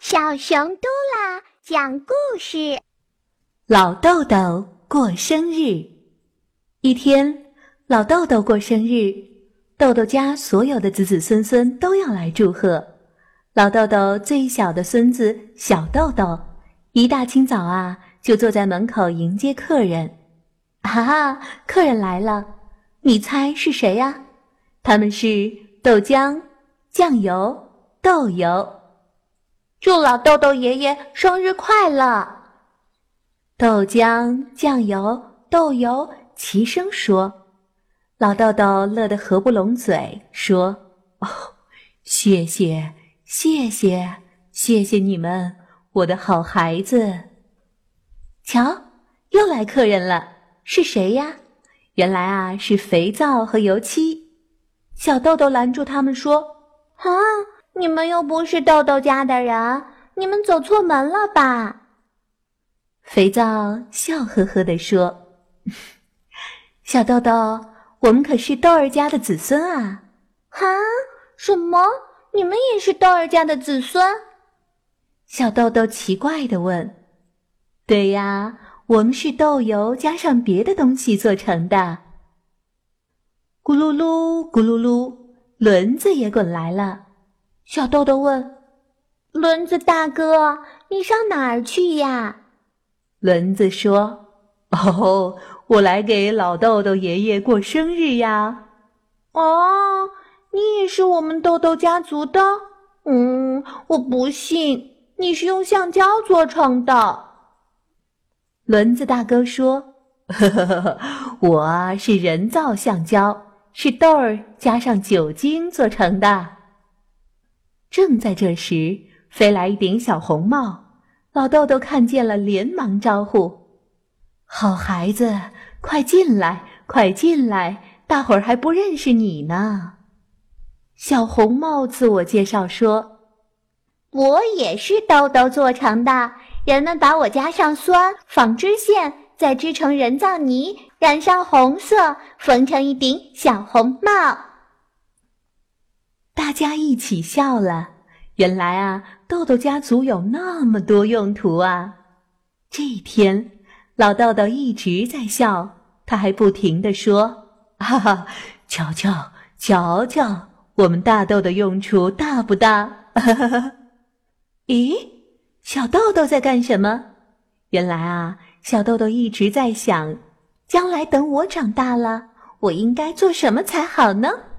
小熊嘟啦讲故事。 老豆豆过生日。一天，老豆豆过生日，豆豆家所有的子子孙孙都要来祝贺。老豆豆最小的孙子小豆豆，一大清早就坐在门口迎接客人。客人来了，你猜是谁呀？他们是豆浆、酱油、豆油。祝老豆豆爷爷生日快乐！豆浆、酱油、豆油齐声说。老豆豆乐得合不拢嘴，说：“哦，谢谢，谢谢，谢谢你们，我的好孩子。”瞧，又来客人了，是谁呀？原来是肥皂和油漆。小豆豆拦住他们说：“你们又不是豆豆家的人，你们走错门了吧？”肥皂笑呵呵地说：“小豆豆，我们可是豆儿家的子孙啊！”什么？你们也是豆儿家的子孙？小豆豆奇怪地问。对呀，我们是豆油加上别的东西做成的。咕噜噜，咕噜噜，轮子也滚来了。小豆豆问：“轮子大哥，你上哪儿去呀？”轮子说：“哦，我来给老豆豆爷爷过生日呀。”哦，你也是我们豆豆家族的？我不信，你是用橡胶做成的。轮子大哥说：“我是人造橡胶，是豆儿加上酒精做成的。”正在这时，飞来一顶小红帽，老豆豆看见了，连忙招呼：“好孩子，快进来，快进来，大伙儿还不认识你呢。”小红帽自我介绍说：“我也是豆豆做成的，人们把我加上酸、纺织线，再织成人造泥，染上红色，缝成一顶小红帽。”大家一起笑了。原来豆豆家族有那么多用途啊！这一天，老豆豆一直在笑，他还不停地说：“瞧瞧，瞧瞧，我们大豆的用处大不大？”咦，小豆豆在干什么？原来小豆豆一直在想，将来等我长大了，我应该做什么才好呢？